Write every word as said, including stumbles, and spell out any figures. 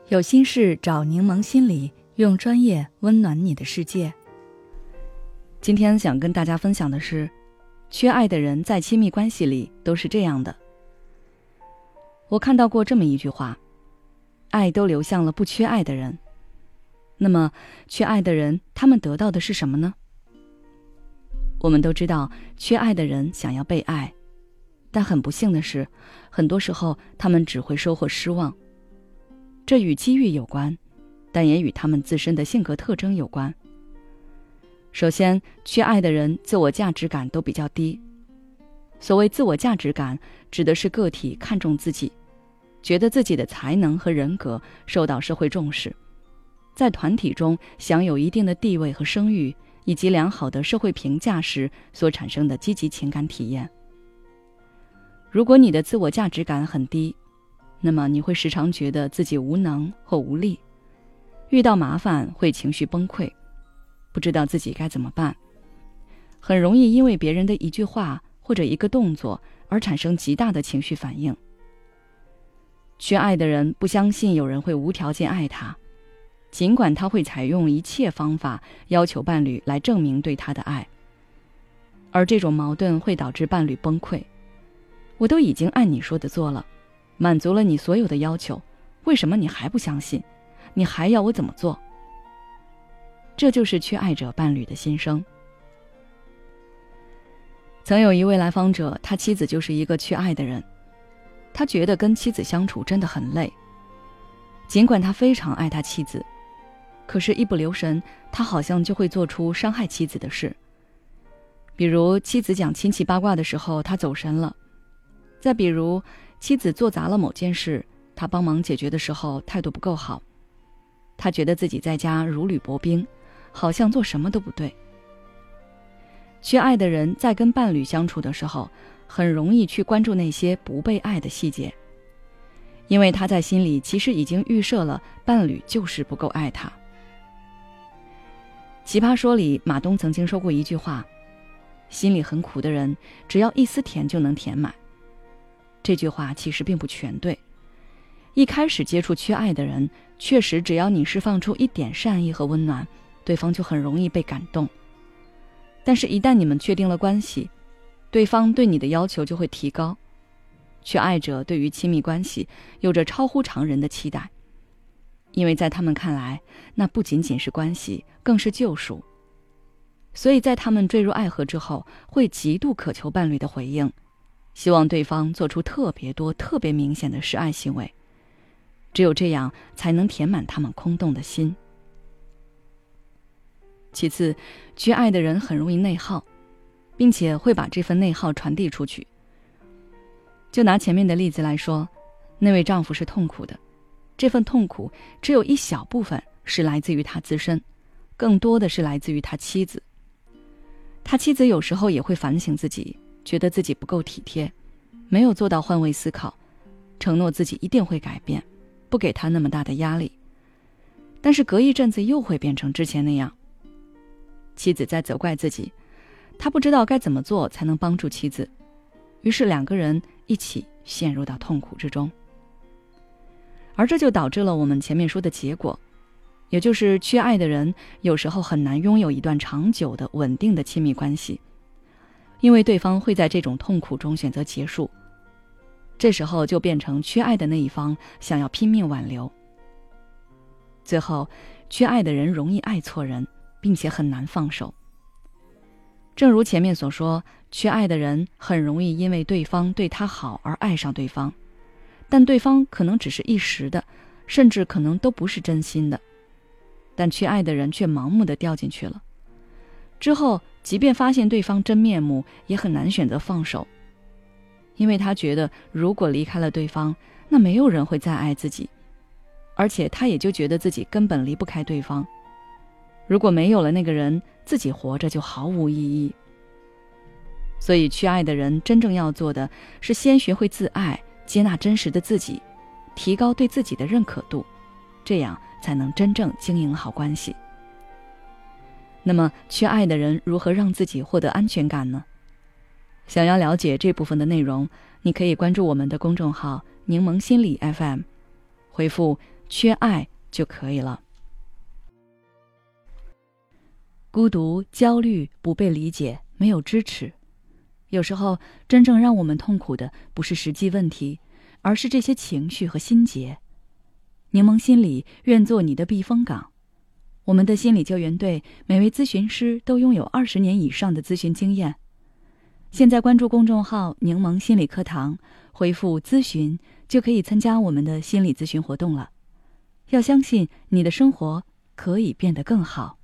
有心事找柠檬心理，用专业温暖你的世界。今天想跟大家分享的是，缺爱的人在亲密关系里都是这样的。我看到过这么一句话，爱都流向了不缺爱的人。那么缺爱的人，他们得到的是什么呢？我们都知道，缺爱的人想要被爱，但很不幸的是，很多时候他们只会收获失望。这与机遇有关，但也与他们自身的性格特征有关。首先，缺爱的人自我价值感都比较低。所谓自我价值感，指的是个体看重自己，觉得自己的才能和人格受到社会重视，在团体中享有一定的地位和声誉，以及良好的社会评价时所产生的积极情感体验。如果你的自我价值感很低，那么你会时常觉得自己无能或无力，遇到麻烦会情绪崩溃，不知道自己该怎么办，很容易因为别人的一句话或者一个动作而产生极大的情绪反应。缺爱的人不相信有人会无条件爱他，尽管他会采用一切方法要求伴侣来证明对他的爱，而这种矛盾会导致伴侣崩溃。我都已经按你说的做了，满足了你所有的要求，为什么你还不相信？你还要我怎么做？这就是缺爱者伴侣的心声。曾有一位来访者，他妻子就是一个缺爱的人，他觉得跟妻子相处真的很累。尽管他非常爱他妻子，可是一不留神，他好像就会做出伤害妻子的事。比如妻子讲亲戚八卦的时候，他走神了；再比如妻子做砸了某件事，他帮忙解决的时候态度不够好，他觉得自己在家如履薄冰，好像做什么都不对。缺爱的人在跟伴侣相处的时候，很容易去关注那些不被爱的细节，因为他在心里其实已经预设了伴侣就是不够爱他。奇葩说里马东曾经说过一句话，心里很苦的人只要一丝甜就能填满。这句话其实并不全对。一开始接触缺爱的人，确实只要你释放出一点善意和温暖，对方就很容易被感动。但是一旦你们确定了关系，对方对你的要求就会提高。缺爱者对于亲密关系有着超乎常人的期待，因为在他们看来，那不仅仅是关系，更是救赎。所以在他们坠入爱河之后，会极度渴求伴侣的回应，希望对方做出特别多特别明显的示爱行为，只有这样才能填满他们空洞的心。其次，缺爱的人很容易内耗，并且会把这份内耗传递出去。就拿前面的例子来说，那位丈夫是痛苦的，这份痛苦只有一小部分是来自于他自身，更多的是来自于他妻子。他妻子有时候也会反省自己，觉得自己不够体贴，没有做到换位思考，承诺自己一定会改变，不给他那么大的压力。但是隔一阵子又会变成之前那样。妻子在责怪自己，他不知道该怎么做才能帮助妻子，于是两个人一起陷入到痛苦之中。而这就导致了我们前面说的结果，也就是缺爱的人有时候很难拥有一段长久的稳定的亲密关系，因为对方会在这种痛苦中选择结束，这时候就变成缺爱的那一方想要拼命挽留。最后，缺爱的人容易爱错人，并且很难放手。正如前面所说，缺爱的人很容易因为对方对他好而爱上对方，但对方可能只是一时的，甚至可能都不是真心的，但缺爱的人却盲目地掉进去了。之后即便发现对方真面目，也很难选择放手，因为他觉得如果离开了对方，那没有人会再爱自己，而且他也就觉得自己根本离不开对方。如果没有了那个人，自己活着就毫无意义。所以缺爱的人真正要做的是先学会自爱，接纳真实的自己，提高对自己的认可度，这样才能真正经营好关系。那么缺爱的人如何让自己获得安全感呢？想要了解这部分的内容，你可以关注我们的公众号柠檬心理 F M， 回复缺爱就可以了。孤独、焦虑、不被理解、没有支持，有时候真正让我们痛苦的不是实际问题，而是这些情绪和心结。柠檬心理愿做你的避风港。我们的心理救援队每位咨询师都拥有二十年以上的咨询经验。现在关注公众号柠檬心理课堂，回复咨询就可以参加我们的心理咨询活动了。要相信你的生活可以变得更好。